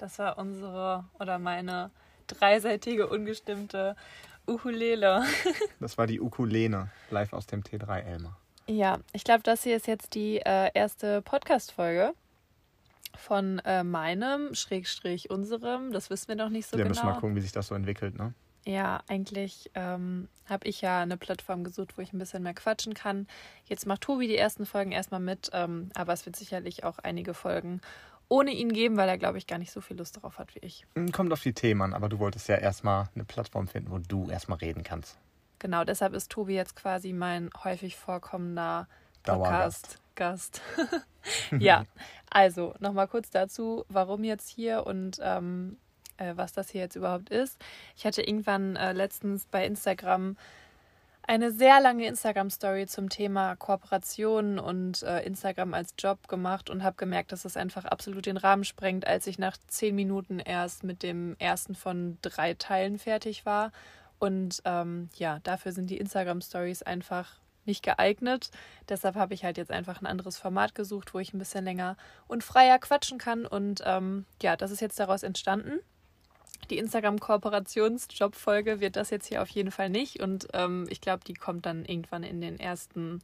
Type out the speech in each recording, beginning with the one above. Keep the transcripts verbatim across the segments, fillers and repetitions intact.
Das war unsere oder meine dreiseitige, ungestimmte Ukulele. Das war die Ukulele, live aus dem T drei Elmar. Ja, ich glaube, das hier ist jetzt die äh, erste Podcast-Folge von äh, meinem, Schrägstrich unserem. Das wissen wir noch nicht so ja, genau. Wir müssen mal gucken, wie sich das so entwickelt, ne? Ja, eigentlich ähm, habe ich ja eine Plattform gesucht, wo ich ein bisschen mehr quatschen kann. Jetzt macht Tobi die ersten Folgen erstmal mit, ähm, aber es wird sicherlich auch einige Folgen ohne ihn geben, weil er, glaube ich, gar nicht so viel Lust darauf hat wie ich. Kommt auf die Themen an, aber du wolltest ja erstmal eine Plattform finden, wo du erstmal reden kannst. Genau, deshalb ist Tobi jetzt quasi mein häufig vorkommender Dauergast. Podcast-Gast. Ja, also nochmal kurz dazu, warum jetzt hier und ähm, äh, was das hier jetzt überhaupt ist. Ich hatte irgendwann äh, letztens bei Instagram eine sehr lange Instagram-Story zum Thema Kooperation und äh, Instagram als Job gemacht und habe gemerkt, dass es einfach absolut den Rahmen sprengt, als ich nach zehn Minuten erst mit dem ersten von drei Teilen fertig war. Und ähm, ja, dafür sind die Instagram-Stories einfach nicht geeignet. Deshalb habe ich halt jetzt einfach ein anderes Format gesucht, wo ich ein bisschen länger und freier quatschen kann. Und ähm, ja, das ist jetzt daraus entstanden. Die Instagram-Kooperations-Job-Folge wird das jetzt hier auf jeden Fall nicht. Und ähm, ich glaube, die kommt dann irgendwann in den ersten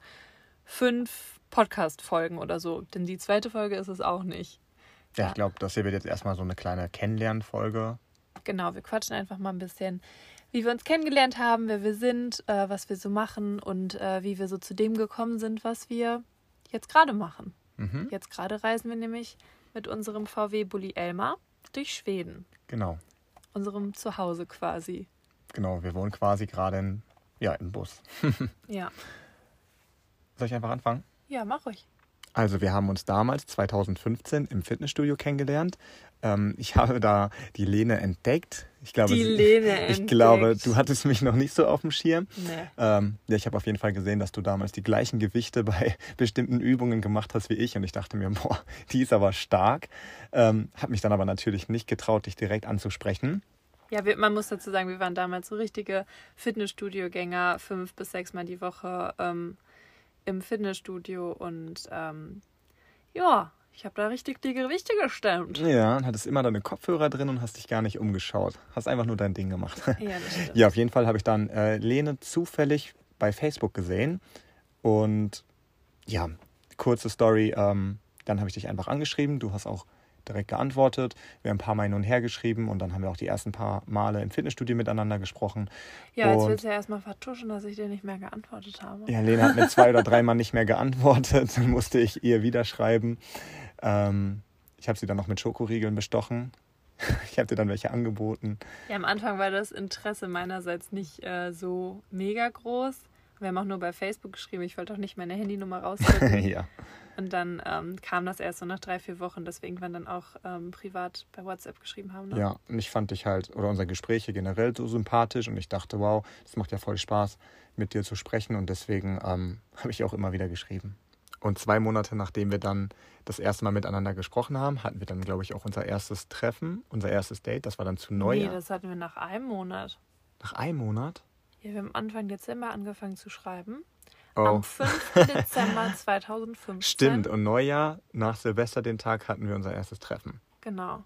fünf Podcast-Folgen oder so. Denn die zweite Folge ist es auch nicht. Ja, Ja. ich glaube, das hier wird jetzt erstmal so eine kleine Kennenlernfolge. Genau, wir quatschen einfach mal ein bisschen, wie wir uns kennengelernt haben, wer wir sind, äh, was wir so machen und äh, wie wir so zu dem gekommen sind, was wir jetzt gerade machen. Mhm. Jetzt gerade reisen wir nämlich mit unserem V W-Bulli Elmar durch Schweden. Genau, Unserem Zuhause quasi. genau. Wir wohnen quasi gerade in, ja, im Bus. Ja. Soll ich einfach anfangen? Ja, mach ruhig. Also wir haben uns damals, zwanzig fünfzehn, im Fitnessstudio kennengelernt. Ähm, ich habe da die Lene entdeckt. Ich glaube, Die sie, Lene Ich entdeckt. glaube, du hattest mich noch nicht so auf dem Schirm. Nee. Ähm, ja, ich habe auf jeden Fall gesehen, dass du damals die gleichen Gewichte bei bestimmten Übungen gemacht hast wie ich. Und ich dachte mir, boah, die ist aber stark. Ähm, habe mich dann aber natürlich nicht getraut, dich direkt anzusprechen. Ja, wir, man muss dazu sagen, wir waren damals so richtige Fitnessstudio-Gänger, fünf bis sechs Mal die Woche ähm, im Fitnessstudio und ähm, ja, ich habe da richtig die Gewichte gestemmt. Ja, und hattest immer deine Kopfhörer drin und hast dich gar nicht umgeschaut. Hast einfach nur dein Ding gemacht. Ja, das stimmt. Ja, auf jeden Fall habe ich dann äh, Lene zufällig bei Facebook gesehen. Und ja, kurze Story, ähm, dann habe ich dich einfach angeschrieben. Du hast auch direkt geantwortet. Wir haben ein paar Mal hin und her geschrieben und dann haben wir auch die ersten paar Male im Fitnessstudio miteinander gesprochen. Ja, jetzt Und willst du ja erstmal vertuschen, dass ich dir nicht mehr geantwortet habe. ja, Lene hat mir zwei oder dreimal nicht mehr geantwortet. Dann musste ich ihr wieder schreiben. Ähm, ich habe sie dann noch mit Schokoriegeln bestochen. Ich habe dir dann welche angeboten. Ja, am Anfang war das Interesse meinerseits nicht äh, so mega groß. Wir haben auch nur bei Facebook geschrieben, ich wollte auch nicht meine Handynummer rausfinden. Ja. Und dann ähm, kam das erst so nach drei, vier Wochen, dass wir irgendwann dann auch ähm, privat bei WhatsApp geschrieben haben. Ne? Ja, und ich fand dich halt, oder unsere Gespräche generell so sympathisch und ich dachte, wow, das macht ja voll Spaß, mit dir zu sprechen und deswegen ähm, habe ich auch immer wieder geschrieben. Und zwei Monate nachdem wir dann das erste Mal miteinander gesprochen haben, hatten wir dann, glaube ich, auch unser erstes Treffen, unser erstes Date, das war dann zu Neujahr. Nee, das hatten wir nach einem Monat. Nach einem Monat? Ja, wir haben Anfang Dezember angefangen zu schreiben. Oh. Am fünften Dezember zweitausendfünfzehn. Stimmt, und Neujahr, nach Silvester, den Tag, hatten wir unser erstes Treffen. Genau.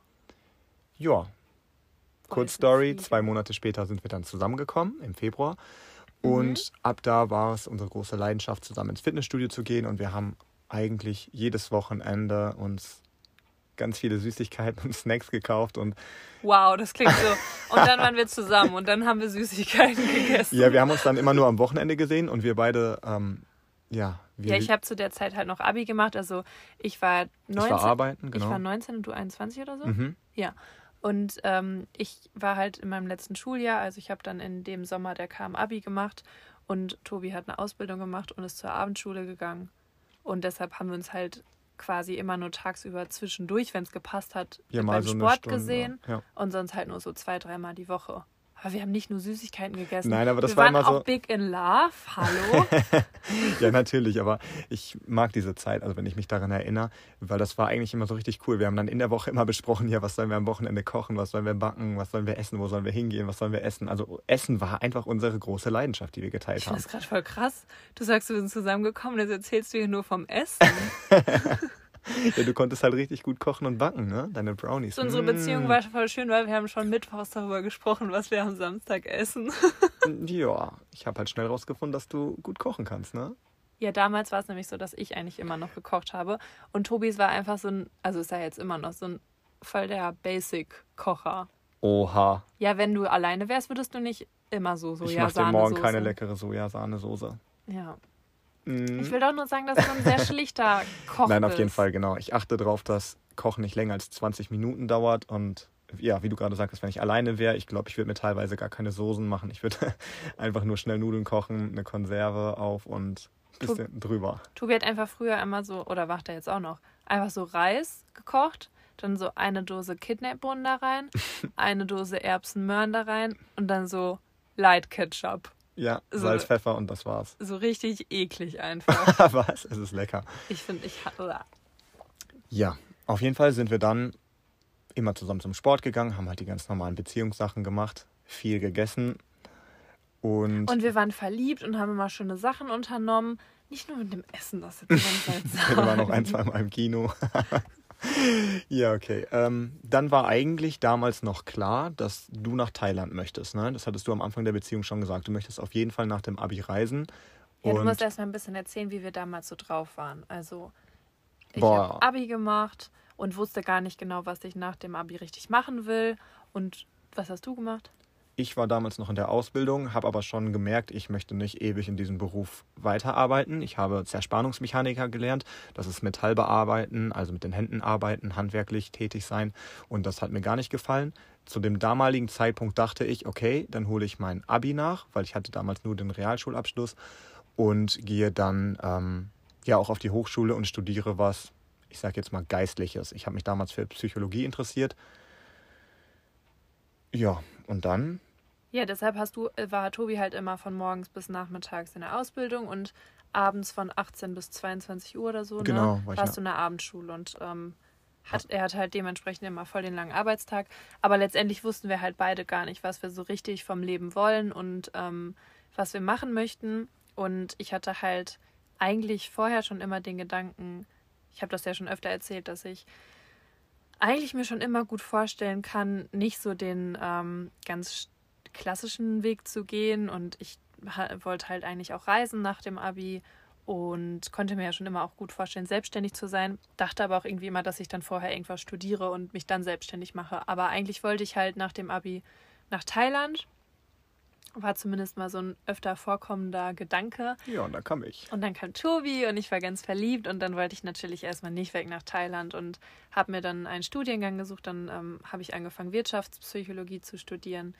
Ja, kurz Weiß Story, nicht. zwei Monate später sind wir dann zusammengekommen, im Februar. Und Mhm. ab da war es unsere große Leidenschaft, zusammen ins Fitnessstudio zu gehen. Und wir haben eigentlich jedes Wochenende uns ganz viele Süßigkeiten und Snacks gekauft. Und Wow, das klingt so. Und dann waren wir zusammen und dann haben wir Süßigkeiten gegessen. ja, wir haben uns dann immer nur am Wochenende gesehen und wir beide, ähm, ja, wir, Ja, ich habe zu der Zeit halt noch Abi gemacht. Also ich war neunzehn. ich war arbeiten, genau. Ich war neunzehn und du einundzwanzig oder so. Mhm. Ja. Und ähm, ich war halt in meinem letzten Schuljahr. Also ich habe dann in dem Sommer, der kam, Abi gemacht. Und Tobi hat eine Ausbildung gemacht und ist zur Abendschule gegangen. Und deshalb haben wir uns halt quasi immer nur tagsüber zwischendurch, wenn es gepasst hat, Ja, beim mal so eine Sport Stunde, gesehen. ja. Und sonst halt nur so zwei, dreimal die Woche. Aber wir haben nicht nur Süßigkeiten gegessen. Nein, aber das wir war waren immer auch so- big in love. Hallo? Ja, natürlich, aber ich mag diese Zeit, also wenn ich mich daran erinnere, weil das war eigentlich immer so richtig cool. Wir haben dann in der Woche immer besprochen, ja, was sollen wir am Wochenende kochen, was sollen wir backen, was sollen wir essen, wo sollen wir hingehen, was sollen wir essen. Also Essen war einfach unsere große Leidenschaft, die wir geteilt Ich finde haben. das gerade voll krass. Du sagst, wir sind zusammengekommen, jetzt erzählst du hier nur vom Essen. Ja, du konntest halt richtig gut kochen und backen, ne? Deine Brownies. So, unsere Beziehung war voll schön, weil wir haben schon mittwochs darüber gesprochen, was wir am Samstag essen. Ja, ich habe halt schnell rausgefunden, dass du gut kochen kannst, ne? Ja, damals war es nämlich so, dass ich eigentlich immer noch gekocht habe. Und Tobis war einfach so ein, also ist er jetzt immer noch so ein voll der Basic-Kocher. Oha. Ja, wenn du alleine wärst, würdest du nicht immer so Ich mache dir Sojasahnesoße. morgen keine leckere Sojasahnesoße. Ja. Mm. Ich will doch nur sagen, dass du ein sehr schlichter Koch Nein, bist. auf jeden Fall, genau. Ich achte darauf, dass Kochen nicht länger als zwanzig Minuten dauert. Und ja, wie du gerade sagtest, wenn ich alleine wäre, ich glaube, ich würde mir teilweise gar keine Soßen machen. Ich würde einfach nur schnell Nudeln kochen, eine Konserve auf und ein bisschen drüber. Tobi hat einfach früher immer so, oder macht er jetzt auch noch, einfach so Reis gekocht, dann so eine Dose Kidneybohnen da rein, eine Dose Erbsen-Möhren da rein und dann so Light Ketchup. Ja, So- Salz, Pfeffer und das war's. So richtig eklig einfach. Was? Es ist lecker. Ich finde, ich... ha- Ja, auf jeden Fall sind wir dann immer zusammen zum Sport gegangen, haben halt die ganz normalen Beziehungssachen gemacht, viel gegessen und, Und wir waren verliebt und haben immer schöne Sachen unternommen. Nicht nur mit dem Essen, das jetzt die ganze Zeit wir waren auch ein, sagen. zwei Mal im Kino. Ja, okay. Ähm, dann war eigentlich damals noch klar, dass du nach Thailand möchtest, ne? Das hattest du am Anfang der Beziehung schon gesagt. Du möchtest auf jeden Fall nach dem Abi reisen. Ja, du und musst erst mal ein bisschen erzählen, wie wir damals so drauf waren. Also, ich Boah. habe Abi gemacht und wusste gar nicht genau, was ich nach dem Abi richtig machen will. Und was hast du gemacht? Ich war damals noch in der Ausbildung, habe aber schon gemerkt, ich möchte nicht ewig in diesem Beruf weiterarbeiten. Ich habe Zerspannungsmechaniker gelernt. Das ist Metall bearbeiten, also mit den Händen arbeiten, handwerklich tätig sein. Und das hat mir gar nicht gefallen. Zu dem damaligen Zeitpunkt dachte ich, okay, dann hole ich mein Abi nach, weil ich hatte damals nur den Realschulabschluss und gehe dann ähm, ja auch auf die Hochschule und studiere was, ich sage jetzt mal Geistliches. Ich habe mich damals für Psychologie interessiert. Ja, und dann... Ja, deshalb hast du, war Tobi halt immer von morgens bis nachmittags in der Ausbildung und abends von achtzehn bis zweiundzwanzig Uhr oder so, Genau, ne, war ich warst na- du in der Abendschule und ähm, hat, er hat halt dementsprechend immer voll den langen Arbeitstag. Aber letztendlich wussten wir halt beide gar nicht, was wir so richtig vom Leben wollen und ähm, was wir machen möchten. Und ich hatte halt eigentlich vorher schon immer den Gedanken, ich habe das ja schon öfter erzählt, dass ich eigentlich mir schon immer gut vorstellen kann, nicht so den ähm, ganz klassischen Weg zu gehen. Und ich ha- wollte halt eigentlich auch reisen nach dem Abi und konnte mir ja schon immer auch gut vorstellen, selbstständig zu sein. Dachte aber auch irgendwie immer, dass ich dann vorher irgendwas studiere und mich dann selbstständig mache. Aber eigentlich wollte ich halt nach dem Abi nach Thailand. War zumindest mal so ein öfter vorkommender Gedanke. Ja, und dann kam ich. Und dann kam Tobi und ich war ganz verliebt und dann wollte ich natürlich erstmal nicht weg nach Thailand und habe mir dann einen Studiengang gesucht. Dann ähm, habe ich angefangen, Wirtschaftspsychologie zu studieren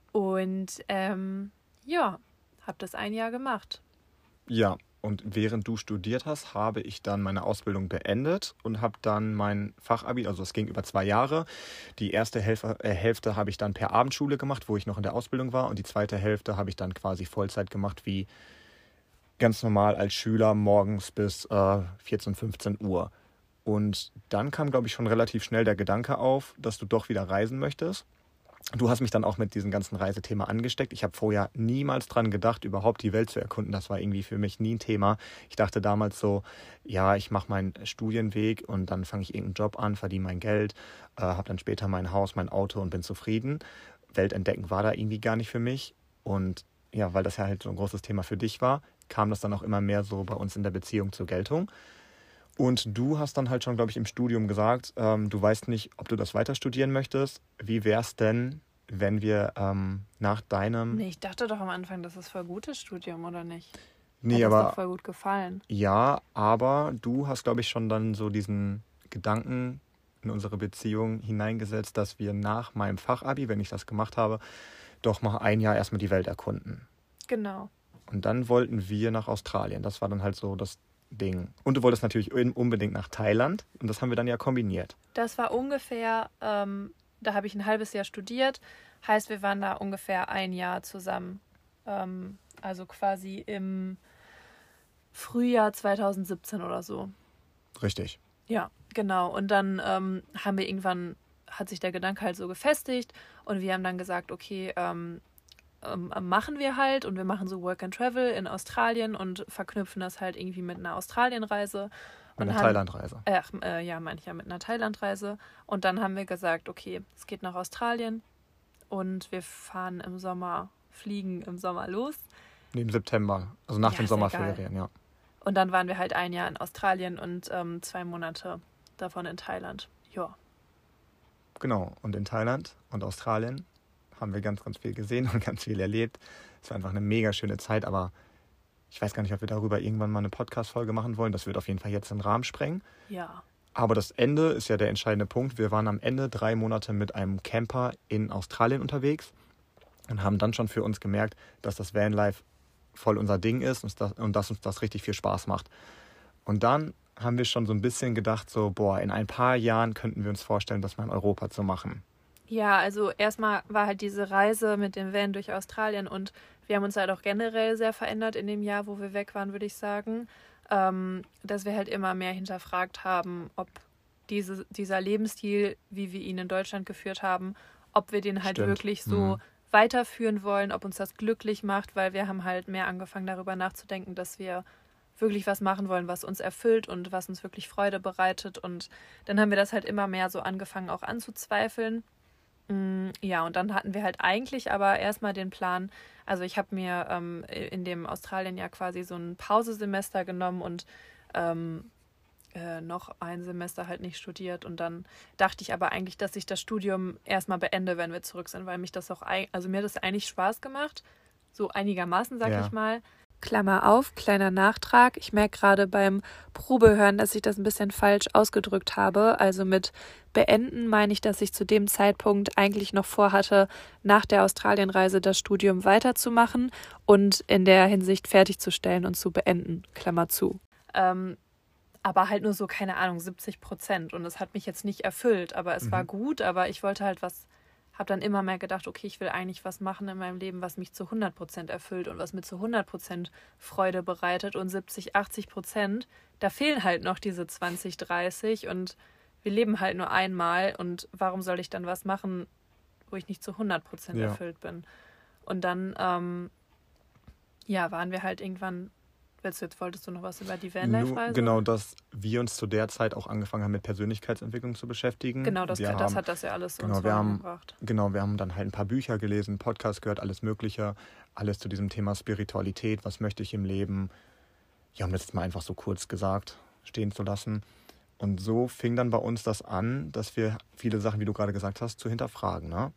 und ähm, ja, habe das ein Jahr gemacht. Ja, und während du studiert hast, habe ich dann meine Ausbildung beendet und habe dann mein Fachabi, also es ging über zwei Jahre. Die erste Hälfte, äh, Hälfte habe ich dann per Abendschule gemacht, wo ich noch in der Ausbildung war. Und die zweite Hälfte habe ich dann quasi Vollzeit gemacht, wie ganz normal als Schüler morgens bis äh, vierzehn, fünfzehn Uhr. Und dann kam, glaube ich, schon relativ schnell der Gedanke auf, dass du doch wieder reisen möchtest. Du hast mich dann auch mit diesem ganzen Reisethema angesteckt. Ich habe vorher niemals dran gedacht, überhaupt die Welt zu erkunden. Das war irgendwie für mich nie ein Thema. Ich dachte damals so, ja, ich mache meinen Studienweg und dann fange ich irgendeinen Job an, verdiene mein Geld, äh, habe dann später mein Haus, mein Auto und bin zufrieden. Welt entdecken war da irgendwie gar nicht für mich. Und ja, weil das ja halt so ein großes Thema für dich war, kam das dann auch immer mehr so bei uns in der Beziehung zur Geltung. Und du hast dann halt schon, glaube ich, im Studium gesagt, ähm, du weißt nicht, ob du das weiter studieren möchtest. Wie wär's denn, wenn wir ähm, nach deinem... Nee, ich dachte doch am Anfang, das ist voll gutes Studium, oder nicht? Nee, Hat das aber doch voll gut gefallen. ja, aber du hast, glaube ich, schon dann so diesen Gedanken in unsere Beziehung hineingesetzt, dass wir nach meinem Fachabi, wenn ich das gemacht habe, doch mal ein Jahr erstmal die Welt erkunden. Genau. Und dann wollten wir nach Australien. Das war dann halt so das Ding. Und du wolltest natürlich unbedingt nach Thailand. Und das haben wir dann ja kombiniert. Das war ungefähr, ähm, da habe ich ein halbes Jahr studiert. Heißt, wir waren da ungefähr ein Jahr zusammen. Ähm, also quasi im Frühjahr zwanzig siebzehn oder so. Richtig. Ja, genau. Und dann ähm, haben wir irgendwann, hat sich der Gedanke halt so gefestigt und wir haben dann gesagt, okay, ähm, ähm, machen wir halt und wir machen so Work and Travel in Australien und verknüpfen das halt irgendwie mit einer Australienreise. Mit einer haben, Thailandreise. Äh, äh, ja, meine ich ja, mit einer Thailandreise. Und dann haben wir gesagt, okay, es geht nach Australien und wir fahren im Sommer, fliegen im Sommer los. Nee, im September, also nach ja, den Sommerferien, ja. Und dann waren wir halt ein Jahr in Australien und ähm, zwei Monate davon in Thailand. Ja. Genau, und in Thailand und Australien haben wir ganz, ganz viel gesehen und ganz viel erlebt. Es war einfach eine mega schöne Zeit, aber ich weiß gar nicht, ob wir darüber irgendwann mal eine Podcast-Folge machen wollen. Das wird auf jeden Fall jetzt den Rahmen sprengen. Ja. Aber das Ende ist ja der entscheidende Punkt. Wir waren am Ende drei Monate mit einem Camper in Australien unterwegs und haben dann schon für uns gemerkt, dass das Vanlife voll unser Ding ist und, das, und dass uns das richtig viel Spaß macht. Und dann haben wir schon so ein bisschen gedacht, so, boah, in ein paar Jahren könnten wir uns vorstellen, das mal in Europa zu machen. Ja, also erstmal war halt diese Reise mit dem Van durch Australien und wir haben uns halt auch generell sehr verändert in dem Jahr, wo wir weg waren, würde ich sagen, ähm, dass wir halt immer mehr hinterfragt haben, ob diese, dieser Lebensstil, wie wir ihn in Deutschland geführt haben, ob wir den halt Stimmt. wirklich so Mhm. weiterführen wollen, ob uns das glücklich macht, weil wir haben halt mehr angefangen darüber nachzudenken, dass wir wirklich was machen wollen, was uns erfüllt und was uns wirklich Freude bereitet. Und dann haben wir das halt immer mehr so angefangen auch anzuzweifeln. Ja, und dann hatten wir halt eigentlich aber erstmal den Plan, also ich habe mir ähm, in dem Australien ja quasi so ein Pausesemester genommen und ähm, äh, noch ein Semester halt nicht studiert. Und dann dachte ich aber eigentlich, dass ich das Studium erstmal beende, wenn wir zurück sind, weil mich das auch, also mir hat das eigentlich Spaß gemacht, so einigermaßen, sag Ja. ich mal. Klammer auf, kleiner Nachtrag. Ich merke gerade beim Probehören, dass ich das ein bisschen falsch ausgedrückt habe. Also mit beenden meine ich, dass ich zu dem Zeitpunkt eigentlich noch vorhatte, nach der Australienreise das Studium weiterzumachen und in der Hinsicht fertigzustellen und zu beenden. Klammer zu. Ähm, aber halt nur so, keine Ahnung, siebzig Prozent. Und es hat mich jetzt nicht erfüllt, aber es Mhm. war gut, aber ich wollte halt was, habe dann immer mehr gedacht, okay, ich will eigentlich was machen in meinem Leben, was mich zu hundert Prozent erfüllt und was mir zu hundert Prozent Freude bereitet. Und siebzig, achtzig Prozent, da fehlen halt noch diese zwanzig, dreißig und wir leben halt nur einmal. Und warum soll ich dann was machen, wo ich nicht zu hundert Prozent Ja. erfüllt bin? Und dann, ähm, ja, waren wir halt irgendwann, jetzt, jetzt wolltest du noch was über die Vanlife-Reise? Genau, dass wir uns zu der Zeit auch angefangen haben, mit Persönlichkeitsentwicklung zu beschäftigen. Genau, das, wir das haben, hat das ja alles genau, uns wir haben, vorangebracht. Genau, wir haben dann halt ein paar Bücher gelesen, Podcasts gehört, alles Mögliche, alles zu diesem Thema Spiritualität, was möchte ich im Leben, ja, um das jetzt mal einfach so kurz gesagt stehen zu lassen. Und so fing dann bei uns das an, dass wir viele Sachen, wie du gerade gesagt hast, zu hinterfragen, ne?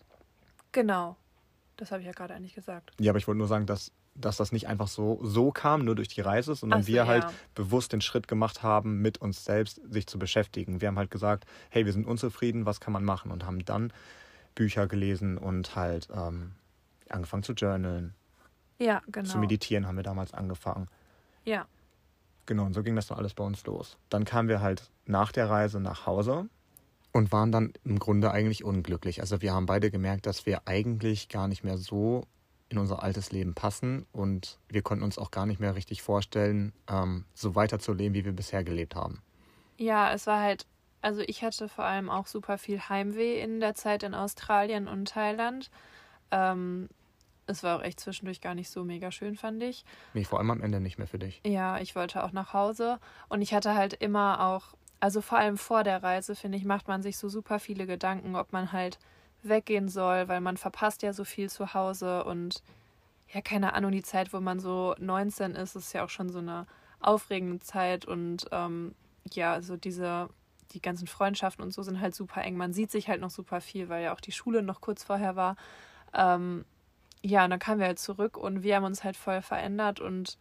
Genau, das habe ich ja gerade eigentlich gesagt. Ja, aber ich wollte nur sagen, dass, dass das nicht einfach so, so kam, nur durch die Reise, sondern Ach so, wir halt ja. bewusst den Schritt gemacht haben, mit uns selbst sich zu beschäftigen. Wir haben halt gesagt, hey, wir sind unzufrieden, was kann man machen? Und haben dann Bücher gelesen und halt ähm, angefangen zu journalen. Ja, genau. Zu meditieren haben wir damals angefangen. Ja. Genau, und so ging das dann alles bei uns los. Dann kamen wir halt nach der Reise nach Hause und waren dann im Grunde eigentlich unglücklich. Also wir haben beide gemerkt, dass wir eigentlich gar nicht mehr so in unser altes Leben passen und wir konnten uns auch gar nicht mehr richtig vorstellen, ähm, so weiterzuleben, wie wir bisher gelebt haben. Ja, es war halt, also ich hatte vor allem auch super viel Heimweh in der Zeit in Australien und Thailand. Ähm, es war auch echt zwischendurch gar nicht so mega schön, fand ich. Nee, vor allem am Ende nicht mehr für dich. Ja, ich wollte auch nach Hause und ich hatte halt immer auch, also vor allem vor der Reise, finde ich, macht man sich so super viele Gedanken, ob man halt weggehen soll, weil man verpasst ja so viel zu Hause und ja, keine Ahnung, die Zeit, wo man so neunzehn ist, ist ja auch schon so eine aufregende Zeit und ähm, ja, so diese, die ganzen Freundschaften und so sind halt super eng. Man sieht sich halt noch super viel, weil ja auch die Schule noch kurz vorher war. Ähm, ja, und dann kamen wir halt zurück und wir haben uns halt voll verändert und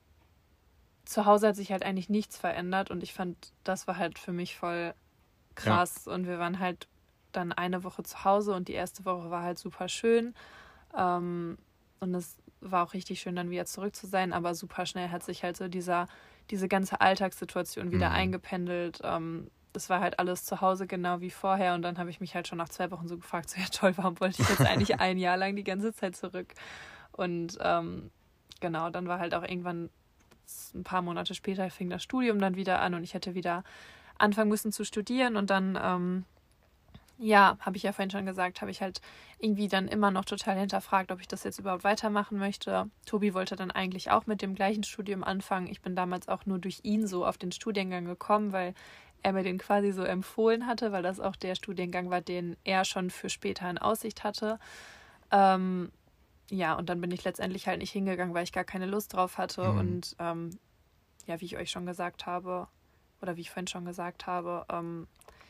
zu Hause hat sich halt eigentlich nichts verändert und ich fand, das war halt für mich voll krass ja. Und wir waren halt dann eine Woche zu Hause und die erste Woche war halt super schön ähm, und es war auch richtig schön, dann wieder zurück zu sein, aber super schnell hat sich halt so dieser, diese ganze Alltagssituation wieder mhm. eingependelt. Ähm, das war halt alles zu Hause genau wie vorher und dann habe ich mich halt schon nach zwei Wochen so gefragt, so ja toll, warum wollte ich jetzt eigentlich ein Jahr lang die ganze Zeit zurück? Und ähm, genau, dann war halt auch irgendwann ein paar Monate später fing das Studium dann wieder an und ich hätte wieder anfangen müssen zu studieren und dann ähm, Ja, habe ich ja vorhin schon gesagt, habe ich halt irgendwie dann immer noch total hinterfragt, ob ich das jetzt überhaupt weitermachen möchte. Tobi wollte dann eigentlich auch mit dem gleichen Studium anfangen. Ich bin damals auch nur durch ihn so auf den Studiengang gekommen, weil er mir den quasi so empfohlen hatte, weil das auch der Studiengang war, den er schon für später in Aussicht hatte. Ähm, ja, und dann bin ich letztendlich halt nicht hingegangen, weil ich gar keine Lust drauf hatte. Mhm. Und ähm, ja, wie ich euch schon gesagt habe, oder wie ich vorhin schon gesagt habe, ähm,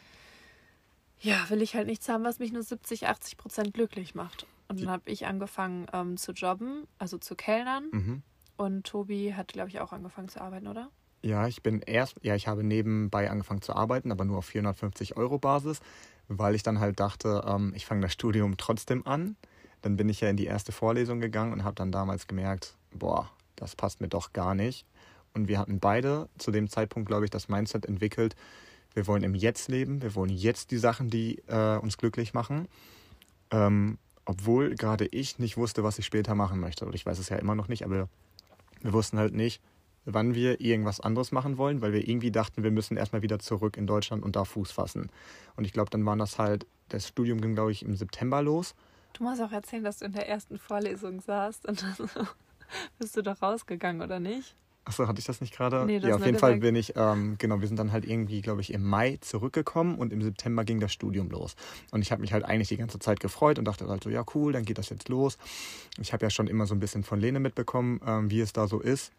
ja, will ich halt nichts haben, was mich nur siebzig, achtzig Prozent glücklich macht. Und dann habe ich angefangen ähm, zu jobben, also zu kellnern. Mhm. Und Tobi hat, glaube ich, auch angefangen zu arbeiten, oder? Ja, ich bin erst, ja, ich habe nebenbei angefangen zu arbeiten, aber nur auf vierhundertfünfzig Euro Basis, weil ich dann halt dachte, ähm, ich fange das Studium trotzdem an. Dann bin ich ja in die erste Vorlesung gegangen und habe dann damals gemerkt, boah, das passt mir doch gar nicht. Und wir hatten beide zu dem Zeitpunkt, glaube ich, das Mindset entwickelt, wir wollen im Jetzt leben, wir wollen jetzt die Sachen, die äh, uns glücklich machen. Ähm, obwohl gerade ich nicht wusste, was ich später machen möchte. Oder ich weiß es ja immer noch nicht, aber wir wussten halt nicht, wann wir irgendwas anderes machen wollen, weil wir irgendwie dachten, wir müssen erstmal wieder zurück in Deutschland und da Fuß fassen. Und ich glaube, dann waren das halt, das Studium ging, glaube ich, im September los. Du musst auch erzählen, dass du in der ersten Vorlesung saßt und dann bist du doch rausgegangen, oder nicht? Achso, hatte ich das nicht gerade? Nee, du ja, hast auf nur jeden Fall gesagt- bin ich, ähm, genau, wir sind dann halt irgendwie, glaube ich, im Mai zurückgekommen und im September ging das Studium los. Und ich habe mich halt eigentlich die ganze Zeit gefreut und dachte halt so, ja cool, dann geht das jetzt los. Ich habe ja schon immer so ein bisschen von Lene mitbekommen, ähm, wie es da so ist.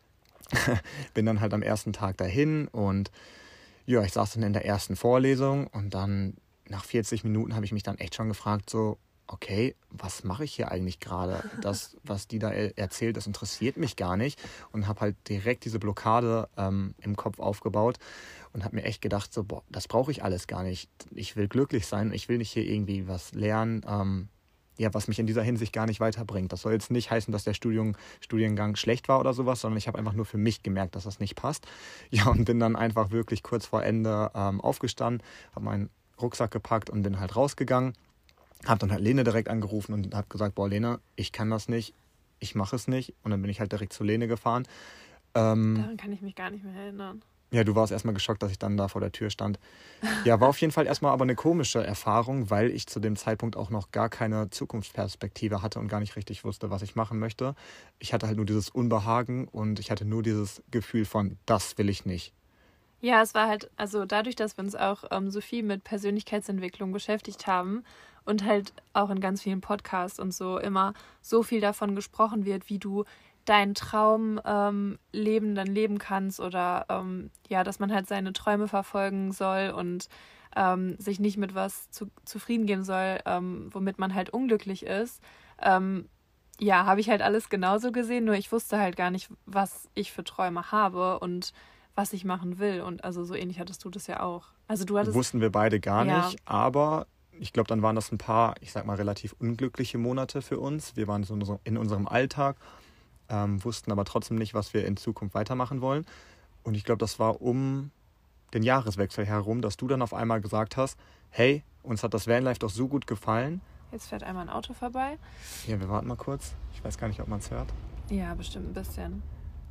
Bin dann halt am ersten Tag dahin und ja, ich saß dann in der ersten Vorlesung und dann nach vierzig Minuten habe ich mich dann echt schon gefragt, so, okay, was mache ich hier eigentlich gerade? Das, was die da er- erzählt, das interessiert mich gar nicht. Und habe halt direkt diese Blockade ähm, im Kopf aufgebaut und habe mir echt gedacht, so, boah, das brauche ich alles gar nicht. Ich will glücklich sein, ich will nicht hier irgendwie was lernen, ähm, ja, was mich in dieser Hinsicht gar nicht weiterbringt. Das soll jetzt nicht heißen, dass der Studium, Studiengang schlecht war oder sowas, sondern ich habe einfach nur für mich gemerkt, dass das nicht passt. Ja, und bin dann einfach wirklich kurz vor Ende ähm, aufgestanden, habe meinen Rucksack gepackt und bin halt rausgegangen. Habe dann halt Lene direkt angerufen und habe gesagt, boah Lene, ich kann das nicht, ich mache es nicht. Und dann bin ich halt direkt zu Lene gefahren. Ähm, Daran kann ich mich gar nicht mehr erinnern. ja, du warst erstmal geschockt, dass ich dann da vor der Tür stand. Ja, war auf jeden Fall erstmal aber eine komische Erfahrung, weil ich zu dem Zeitpunkt auch noch gar keine Zukunftsperspektive hatte und gar nicht richtig wusste, was ich machen möchte. Ich hatte halt nur dieses Unbehagen und ich hatte nur dieses Gefühl von, das will ich nicht. Ja, es war halt, also dadurch, dass wir uns auch ähm, so viel mit Persönlichkeitsentwicklung beschäftigt haben und halt auch in ganz vielen Podcasts und so immer so viel davon gesprochen wird, wie du dein Traumleben ähm, Leben dann leben kannst oder ähm, ja, dass man halt seine Träume verfolgen soll und ähm, sich nicht mit was zu, zufrieden geben soll, ähm, womit man halt unglücklich ist. Ähm, ja, habe ich halt alles genauso gesehen, nur ich wusste halt gar nicht, was ich für Träume habe und was ich machen will. Und also so ähnlich hattest du das ja auch. Also du hattest. Wussten wir beide gar Ja. nicht, aber ich glaube, dann waren das ein paar, ich sag mal, relativ unglückliche Monate für uns. Wir waren so in unserem- in unserem Alltag, ähm, wussten aber trotzdem nicht, was wir in Zukunft weitermachen wollen. Und ich glaube, das war um den Jahreswechsel herum, dass du dann auf einmal gesagt hast, hey, uns hat das Vanlife doch so gut gefallen. Jetzt fährt einmal ein Auto vorbei. Ja, wir warten mal kurz. Ich weiß gar nicht, ob man es hört. Ja, bestimmt ein bisschen.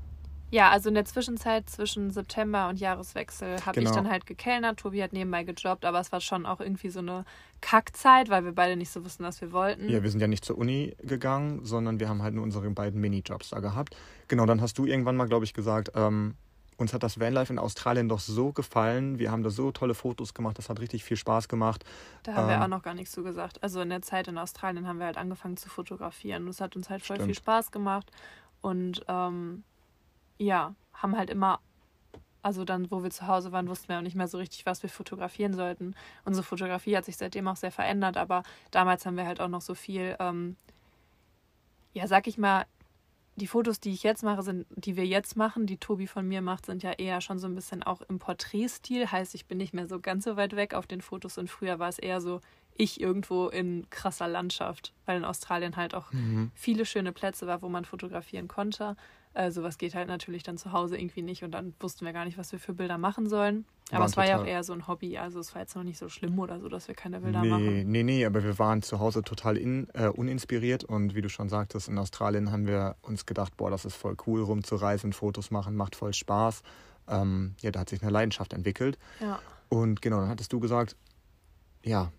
Ja, also in der Zwischenzeit zwischen September und Jahreswechsel habe Genau. ich dann halt gekellnert. Tobi hat nebenbei gejobbt, aber es war schon auch irgendwie so eine Kackzeit, weil wir beide nicht so wussten, was wir wollten. Ja, wir sind ja nicht zur Uni gegangen, sondern wir haben halt nur unsere beiden Minijobs da gehabt. Genau, dann hast du irgendwann mal, glaube ich, gesagt, ähm, uns hat das Vanlife in Australien doch so gefallen. Wir haben da so tolle Fotos gemacht, das hat richtig viel Spaß gemacht. Da haben wir Ähm, auch noch gar nichts zu gesagt. Also in der Zeit in Australien haben wir halt angefangen zu fotografieren. Und es hat uns halt voll Stimmt. viel Spaß gemacht. Und ähm, ja, haben halt immer, also dann, wo wir zu Hause waren, wussten wir auch nicht mehr so richtig, was wir fotografieren sollten. Unsere Fotografie hat sich seitdem auch sehr verändert, aber damals haben wir halt auch noch so viel, ähm, ja, sag ich mal, die Fotos, die ich jetzt mache, sind, die wir jetzt machen, die Tobi von mir macht, sind ja eher schon so ein bisschen auch im Porträtstil. Heißt, ich bin nicht mehr so ganz so weit weg auf den Fotos und früher war es eher so, ich irgendwo in krasser Landschaft, weil in Australien halt auch Mhm. viele schöne Plätze war, wo man fotografieren konnte. Äh, sowas geht halt natürlich dann zu Hause irgendwie nicht und dann wussten wir gar nicht, was wir für Bilder machen sollen. Aber Waren es war ja auch total- eher so ein Hobby, also es war jetzt noch nicht so schlimm oder so, dass wir keine Bilder Nee, machen. nee, nee, aber wir waren zu Hause total in, äh, uninspiriert und wie du schon sagtest, in Australien haben wir uns gedacht, boah, das ist voll cool, rumzureisen, Fotos machen, macht voll Spaß. Ähm, ja, da hat sich eine Leidenschaft entwickelt. Ja. Und genau, dann hattest du gesagt, ja,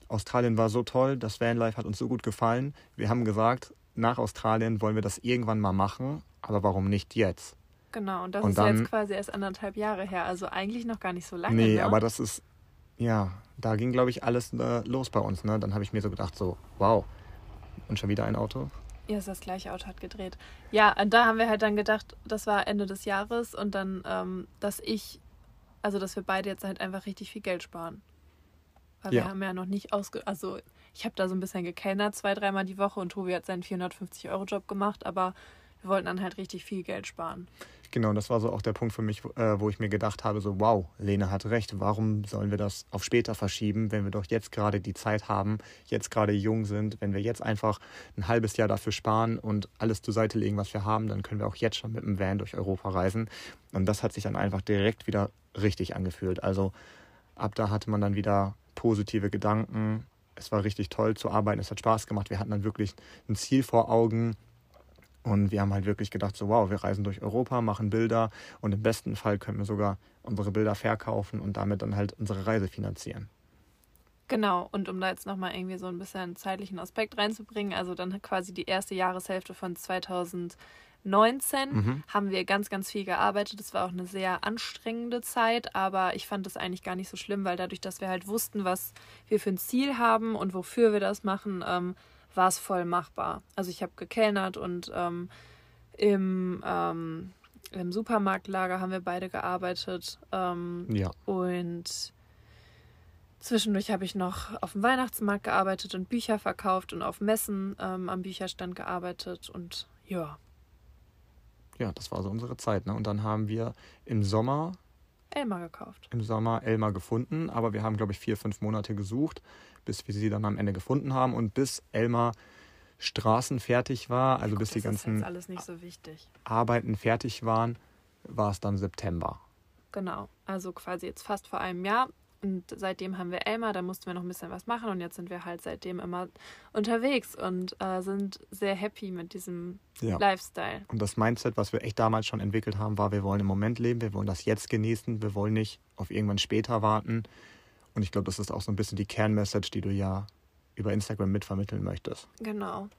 Australien war so toll, das Vanlife hat uns so gut gefallen. Wir haben gesagt, nach Australien wollen wir das irgendwann mal machen, aber warum nicht jetzt? Genau, und das Und ist dann, jetzt quasi erst anderthalb Jahre her, also eigentlich noch gar nicht so lange. Nee, ne? aber das ist, ja, da ging, glaube ich, alles äh, los bei uns. Ne? Dann habe ich mir so gedacht, so, wow, und schon wieder ein Auto? Ja, das gleiche Auto hat gedreht. Ja, und da haben wir halt dann gedacht, das war Ende des Jahres und dann, ähm, dass ich, also dass wir beide jetzt halt einfach richtig viel Geld sparen. Weil Ja. wir haben ja noch nicht ausge... Also ich habe da so ein bisschen gekellnert, zwei, dreimal die Woche und Tobi hat seinen vierhundertfünfzig-Euro-Job gemacht, aber wir wollten dann halt richtig viel Geld sparen. Genau, das war so auch der Punkt für mich, äh, wo ich mir gedacht habe, so wow, Lene hat recht, warum sollen wir das auf später verschieben, wenn wir doch jetzt gerade die Zeit haben, jetzt gerade jung sind, wenn wir jetzt einfach ein halbes Jahr dafür sparen und alles zur Seite legen, was wir haben, dann können wir auch jetzt schon mit dem Van durch Europa reisen. Und das hat sich dann einfach direkt wieder richtig angefühlt. Also ab da hatte man dann wieder positive Gedanken. Es war richtig toll zu arbeiten, es hat Spaß gemacht. Wir hatten dann wirklich ein Ziel vor Augen. Und wir haben halt wirklich gedacht, so wow, wir reisen durch Europa, machen Bilder und im besten Fall können wir sogar unsere Bilder verkaufen und damit dann halt unsere Reise finanzieren. Genau, und um da jetzt nochmal irgendwie so ein bisschen einen zeitlichen Aspekt reinzubringen, also dann quasi die erste Jahreshälfte von zweitausendneunzehn Mhm. haben wir ganz, ganz viel gearbeitet. Das war auch eine sehr anstrengende Zeit, aber ich fand das eigentlich gar nicht so schlimm, weil dadurch, dass wir halt wussten, was wir für ein Ziel haben und wofür wir das machen, ähm, war es voll machbar. Also ich habe gekellnert und ähm, im, ähm, im Supermarktlager haben wir beide gearbeitet. Ähm, Ja. Und zwischendurch habe ich noch auf dem Weihnachtsmarkt gearbeitet und Bücher verkauft und auf Messen ähm, am Bücherstand gearbeitet und ja, Ja, das war so unsere Zeit. Ne? Und dann haben wir im Sommer, Elmar gekauft. im Sommer Elmar gefunden, aber wir haben, glaube ich, vier, fünf Monate gesucht, bis wir sie dann am Ende gefunden haben und bis Elmar straßenfertig war, also bis das die ist jetzt ganzen alles nicht so wichtig. Arbeiten fertig waren, war es dann September. Genau, also quasi jetzt fast vor einem Jahr. Und seitdem haben wir Elmar, da mussten wir noch ein bisschen was machen und jetzt sind wir halt seitdem immer unterwegs und äh, sind sehr happy mit diesem Ja. Lifestyle. Und das Mindset, was wir echt damals schon entwickelt haben, war, wir wollen im Moment leben, wir wollen das jetzt genießen, wir wollen nicht auf irgendwann später warten. Und ich glaube, das ist auch so ein bisschen die Kernmessage, die du ja über Instagram mitvermitteln möchtest. Genau,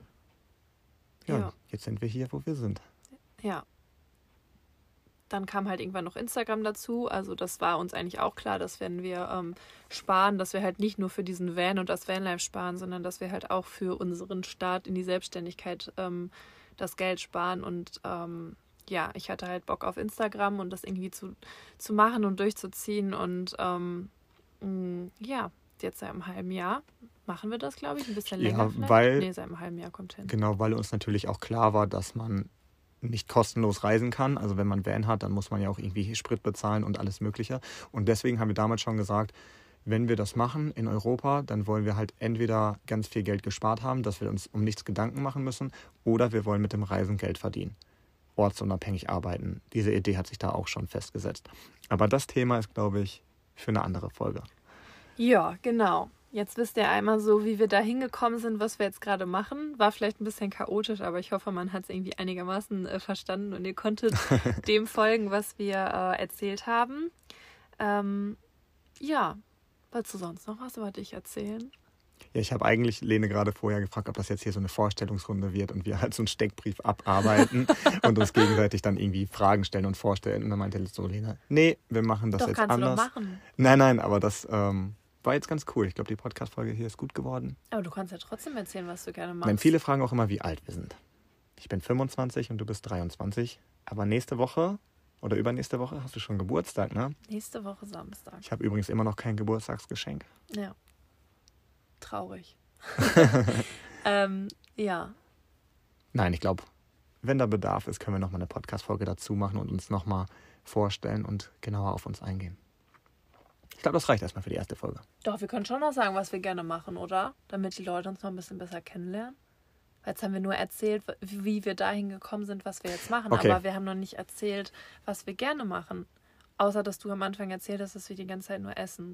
Ja, Ja. jetzt sind wir hier, wo wir sind. ja. Dann kam halt irgendwann noch Instagram dazu. Also das war uns eigentlich auch klar, dass wenn wir ähm, sparen, dass wir halt nicht nur für diesen Van und das Vanlife sparen, sondern dass wir halt auch für unseren Start in die Selbstständigkeit ähm, das Geld sparen. Und ähm, ja, ich hatte halt Bock auf Instagram und das irgendwie zu, zu machen und durchzuziehen. Und ähm, mh, ja, jetzt seit einem halben Jahr machen wir das, glaube ich, ein bisschen länger Ja, vielleicht. weil- Nee, seit einem halben Jahr kommt hin. Genau, weil uns natürlich auch klar war, dass man nicht kostenlos reisen kann. Also wenn man Van hat, dann muss man ja auch irgendwie Sprit bezahlen und alles Mögliche. Und deswegen haben wir damals schon gesagt, wenn wir das machen in Europa, dann wollen wir halt entweder ganz viel Geld gespart haben, dass wir uns um nichts Gedanken machen müssen, oder wir wollen mit dem Reisen Geld verdienen, ortsunabhängig arbeiten. Diese Idee hat sich da auch schon festgesetzt. Aber das Thema ist, glaube ich, für eine andere Folge. Ja, genau. Jetzt wisst ihr einmal so, wie wir da hingekommen sind, was wir jetzt gerade machen. War vielleicht ein bisschen chaotisch, aber ich hoffe, man hat es irgendwie einigermaßen äh, verstanden und ihr konntet dem folgen, was wir äh, erzählt haben. Ähm, ja, wolltest du sonst noch was über dich erzählen? Ja, ich habe eigentlich Lene gerade vorher gefragt, ob das jetzt hier so eine Vorstellungsrunde wird und wir halt so einen Steckbrief abarbeiten und uns gegenseitig dann irgendwie Fragen stellen und vorstellen. Und dann meinte so Lene, nee, wir machen das Doch, jetzt kannst anders. du doch machen. Nein, nein, aber das ähm, war jetzt ganz cool. Ich glaube, die Podcast-Folge hier ist gut geworden. Aber du kannst ja trotzdem erzählen, was du gerne machst. Nein, viele fragen auch immer, wie alt wir sind. Ich bin fünfundzwanzig und du bist dreiundzwanzig. Aber nächste Woche oder übernächste Woche hast du schon Geburtstag, ne? Nächste Woche Samstag. Ich habe übrigens immer noch kein Geburtstagsgeschenk. Ja. Traurig. ähm, ja. Nein, ich glaube, wenn da Bedarf ist, können wir nochmal eine Podcast-Folge dazu machen und uns nochmal vorstellen und genauer auf uns eingehen. Ich glaube, das reicht erstmal für die erste Folge. Doch, wir können schon noch sagen, was wir gerne machen, oder? Damit die Leute uns noch ein bisschen besser kennenlernen. Weil jetzt haben wir nur erzählt, wie wir dahin gekommen sind, was wir jetzt machen. Okay. Aber wir haben noch nicht erzählt, was wir gerne machen. Außer, dass du am Anfang erzählt hast, dass wir die ganze Zeit nur essen.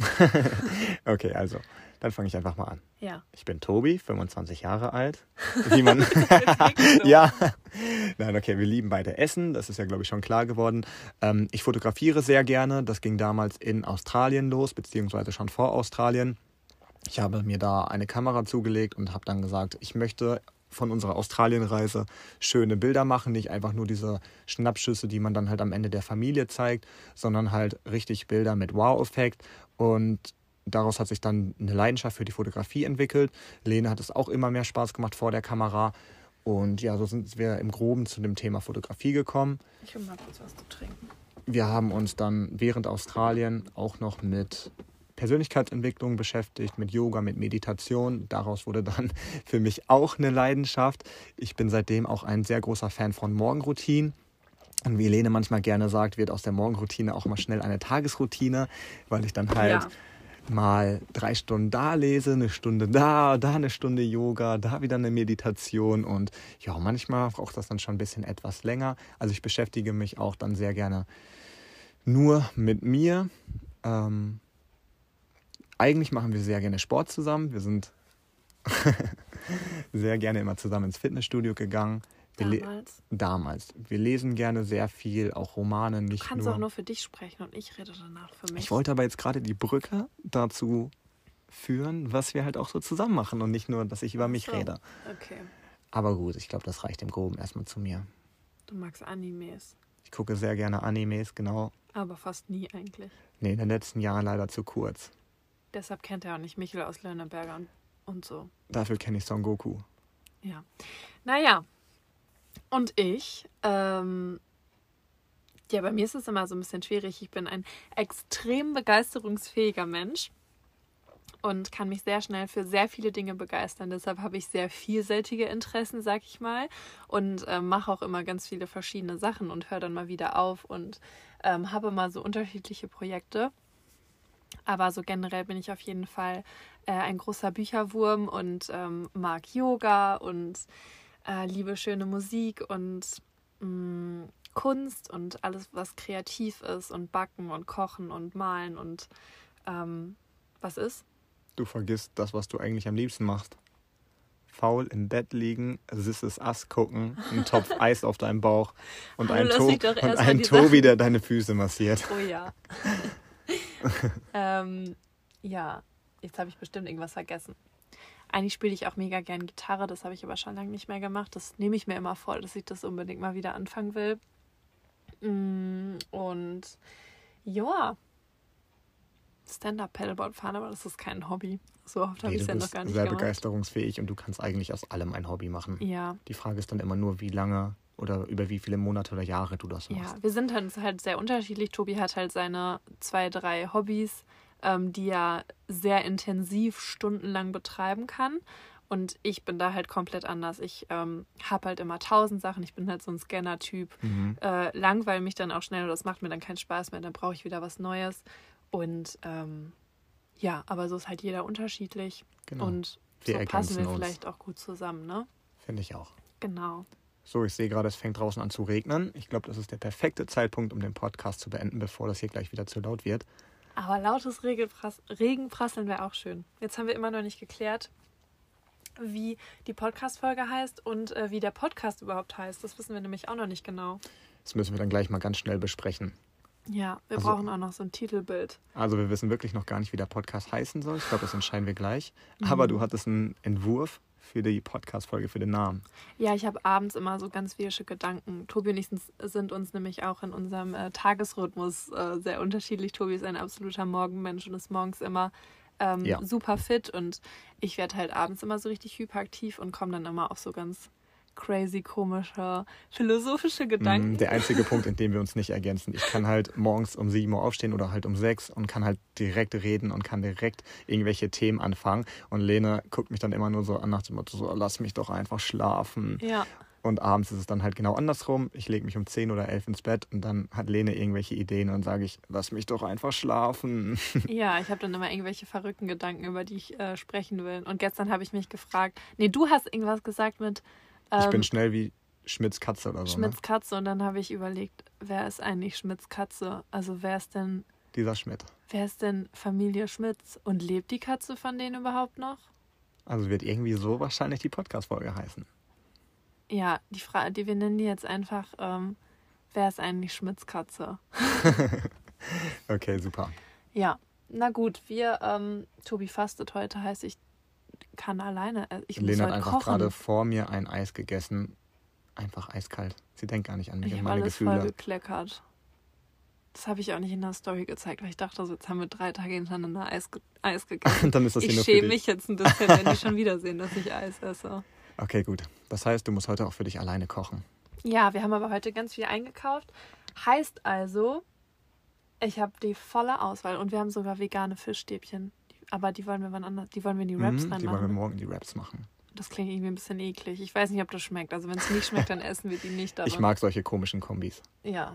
Okay, also, dann fange ich einfach mal an. Ja. Ich bin Tobi, fünfundzwanzig Jahre alt. Wie man so. ja. Nein, okay, wir lieben beide Essen. Das ist ja, glaube ich, schon klar geworden. Ähm, ich fotografiere sehr gerne. Das ging damals in Australien los, beziehungsweise schon vor Australien. Ich habe mir da eine Kamera zugelegt und habe dann gesagt, ich möchte von unserer Australienreise schöne Bilder machen, nicht einfach nur diese Schnappschüsse, die man dann halt am Ende der Familie zeigt, sondern halt richtig Bilder mit Wow-Effekt. Und daraus hat sich dann eine Leidenschaft für die Fotografie entwickelt. Lene hat es auch immer mehr Spaß gemacht vor der Kamera. Und ja, so sind wir im Groben zu dem Thema Fotografie gekommen. Ich will mal kurz was zu trinken. Wir haben uns dann während Australien auch noch mit Persönlichkeitsentwicklung beschäftigt, mit Yoga, mit Meditation. Daraus wurde dann für mich auch eine Leidenschaft. Ich bin seitdem auch ein sehr großer Fan von Morgenroutinen. Und wie Lene manchmal gerne sagt, wird aus der Morgenroutine auch mal schnell eine Tagesroutine, weil ich dann halt ja. mal drei Stunden da lese, eine Stunde da, da eine Stunde Yoga, da wieder eine Meditation. Und ja, manchmal braucht das dann schon ein bisschen etwas länger. Also ich beschäftige mich auch dann sehr gerne nur mit mir. Ähm, Eigentlich machen wir sehr gerne Sport zusammen. Wir sind sehr gerne immer zusammen ins Fitnessstudio gegangen. Wir damals? Le- damals. Wir lesen gerne sehr viel, auch Romane. Nicht du kannst nur. auch nur für dich sprechen und ich rede danach für mich. Ich wollte aber jetzt gerade die Brücke dazu führen, was wir halt auch so zusammen machen und nicht nur, dass ich über mich so. rede. Okay. Aber gut, ich glaube, das reicht im Groben erstmal zu mir. Du magst Animes. Ich gucke sehr gerne Animes, genau. Aber fast nie eigentlich. Nee, in den letzten Jahren leider zu kurz. Deshalb kennt er auch nicht Michel aus Lönneberger und, und so. Dafür kenne ich Son Goku. Ja. Naja. Und ich, ähm, ja, bei mir ist es immer so ein bisschen schwierig. Ich bin ein extrem begeisterungsfähiger Mensch und kann mich sehr schnell für sehr viele Dinge begeistern. Deshalb habe ich sehr vielseitige Interessen, sag ich mal. Und äh, mache auch immer ganz viele verschiedene Sachen und höre dann mal wieder auf und ähm, habe mal so unterschiedliche Projekte. Aber so generell bin ich auf jeden Fall äh, ein großer Bücherwurm und ähm, mag Yoga und äh, liebe schöne Musik und mh, Kunst und alles, was kreativ ist und Backen und Kochen und Malen und ähm, was ist? Du vergisst das, was du eigentlich am liebsten machst. Faul im Bett liegen, This Is Us gucken, einen Topf Eis auf deinem Bauch und ein, to- und ein Tobi, der deine Füße massiert. Oh ja. ähm, ja, jetzt habe ich bestimmt irgendwas vergessen. Eigentlich spiele ich auch mega gern Gitarre, das habe ich aber schon lange nicht mehr gemacht. Das nehme ich mir immer vor, dass ich das unbedingt mal wieder anfangen will. Und ja, Stand-Up-Paddleboard fahren, aber das ist kein Hobby. So oft habe ich es ja noch gar nicht sehr gemacht. Begeisterungsfähig und du kannst eigentlich aus allem ein Hobby machen. Ja. Die Frage ist dann immer nur, wie lange oder über wie viele Monate oder Jahre du das machst. Ja, wir sind halt, halt sehr unterschiedlich. Tobi hat halt seine zwei, drei Hobbys, ähm, die er sehr intensiv stundenlang betreiben kann. Und ich bin da halt komplett anders. Ich ähm, habe halt immer tausend Sachen. Ich bin halt so ein Scanner-Typ. Mhm. Äh, langweile mich dann auch schnell und das macht mir dann keinen Spaß mehr. Dann brauche ich wieder was Neues. Und ähm, ja, aber so ist halt jeder unterschiedlich. Genau. Und so wir passen wir uns. Vielleicht auch gut zusammen, ne? Finde ich auch. Genau. So, ich sehe gerade, es fängt draußen an zu regnen. Ich glaube, das ist der perfekte Zeitpunkt, um den Podcast zu beenden, bevor das hier gleich wieder zu laut wird. Aber lautes Regenprasseln wäre auch schön. Jetzt haben wir immer noch nicht geklärt, wie die Podcast-Folge heißt und äh, wie der Podcast überhaupt heißt. Das wissen wir nämlich auch noch nicht genau. Das müssen wir dann gleich mal ganz schnell besprechen. Ja, wir also, brauchen auch noch so ein Titelbild. Also wir wissen wirklich noch gar nicht, wie der Podcast heißen soll. Ich glaube, das entscheiden wir gleich. Mhm. Aber du hattest einen Entwurf für die Podcast-Folge, für den Namen. Ja, ich habe abends immer so ganz wilde Gedanken. Tobi und ich sind uns nämlich auch in unserem äh, Tagesrhythmus äh, sehr unterschiedlich. Tobi ist ein absoluter Morgenmensch und ist morgens immer ähm, ja. super fit. Und ich werde halt abends immer so richtig hyperaktiv und komme dann immer auf so ganz crazy, komische, philosophische Gedanken. Der einzige Punkt, in dem wir uns nicht ergänzen. Ich kann halt morgens um sieben Uhr aufstehen oder halt um sechs und kann halt direkt reden und kann direkt irgendwelche Themen anfangen. Und Lene guckt mich dann immer nur so an nach dem Motto, so, lass mich doch einfach schlafen. Ja. Und abends ist es dann halt genau andersrum. Ich lege mich um zehn oder elf ins Bett und dann hat Lene irgendwelche Ideen und dann sage ich, lass mich doch einfach schlafen. Ja, ich habe dann immer irgendwelche verrückten Gedanken, über die ich äh, sprechen will. Und gestern habe ich mich gefragt, nee, du hast irgendwas gesagt mit Ich bin schnell wie Schmitz Katze oder so. Schmitz Katze und dann habe ich überlegt, wer ist eigentlich Schmitz Katze? Also wer ist denn... Dieser Schmidt. Wer ist denn Familie Schmitz? Und lebt die Katze von denen überhaupt noch? Also wird irgendwie so wahrscheinlich die Podcast-Folge heißen. Ja, die Frage, die wir nennen die jetzt einfach, ähm, wer ist eigentlich Schmitz Katze? Okay, super. Ja, na gut, wir, ähm, Tobi fastet heute, heißt, ich kann alleine, äh, ich muss Lena hat heute einfach kochen. gerade vor mir ein Eis gegessen. Einfach eiskalt. Sie denkt gar nicht an mich Ich und habe meine alles Gefühle. voll gekleckert. Das habe ich auch nicht in der Story gezeigt, weil ich dachte, so, jetzt haben wir drei Tage hintereinander Eis, ge- Eis gegessen. Dann ist das hier Ich nur für schäme dich. mich jetzt ein bisschen, wenn die schon wieder sehen, dass ich Eis esse. Okay, gut. Das heißt, du musst heute auch für dich alleine kochen. Ja, wir haben aber heute ganz viel eingekauft. Heißt also, ich habe die volle Auswahl und wir haben sogar vegane Fischstäbchen. Die- Aber die wollen wir wann anders, die wollen wir in die Wraps Mhm, die wollen wir reinmachen. morgen in die Wraps machen. Das klingt irgendwie ein bisschen eklig. Ich weiß nicht, ob das schmeckt. Also wenn es nicht schmeckt, dann essen wir die nicht. Aber Ich mag solche komischen Kombis. ja,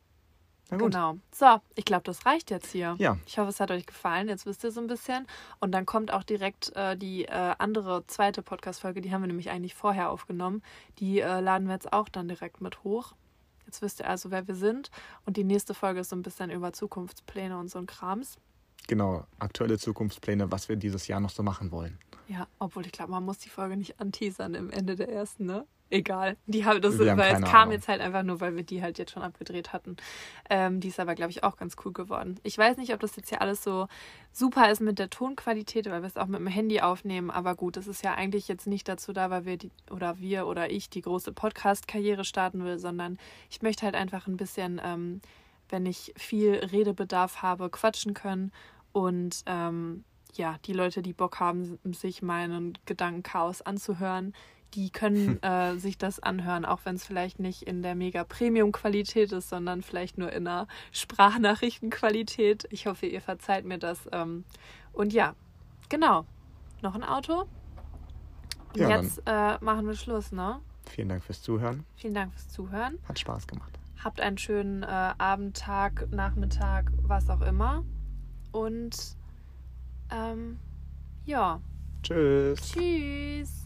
Na gut. genau. So, ich glaube, das reicht jetzt hier. Ja, Ich hoffe, es hat euch gefallen. Jetzt wisst ihr so ein bisschen. Und dann kommt auch direkt äh, die äh, andere zweite Podcast-Folge. Die haben wir nämlich eigentlich vorher aufgenommen. Die äh, laden wir jetzt auch dann direkt mit hoch. Jetzt wisst ihr also, wer wir sind. Und die nächste Folge ist so ein bisschen über Zukunftspläne und so ein Krams. genau. Aktuelle Zukunftspläne, was wir dieses Jahr noch so machen wollen. Ja, obwohl ich glaube, man muss die Folge nicht anteasern im Ende der ersten, ne? Egal. Die haben, das Wir haben weil es keine kam Ahnung. jetzt halt einfach nur, weil wir die halt jetzt schon abgedreht hatten. Ähm, die ist aber, glaube ich, auch ganz cool geworden. Ich weiß nicht, ob das jetzt hier alles so super ist mit der Tonqualität, weil wir es auch mit dem Handy aufnehmen. Aber gut, das ist ja eigentlich jetzt nicht dazu da, weil wir die oder wir oder ich die große Podcast-Karriere starten will, sondern ich möchte halt einfach ein bisschen, ähm, wenn ich viel Redebedarf habe, quatschen können und ähm, ja, die Leute, die Bock haben, sich meinen Gedankenchaos anzuhören, die können äh, sich das anhören, auch wenn es vielleicht nicht in der mega Premium-Qualität ist, sondern vielleicht nur in einer Sprachnachrichtenqualität. Ich hoffe, ihr verzeiht mir das. Ähm, und ja, genau. Noch ein Auto. Und Ja, jetzt äh, machen wir Schluss, ne? Vielen Dank fürs Zuhören. Vielen Dank fürs Zuhören. Hat Spaß gemacht. Habt einen schönen äh, Abend, Tag, Nachmittag, was auch immer. Und ähm, ja, Tschüss. tschüss.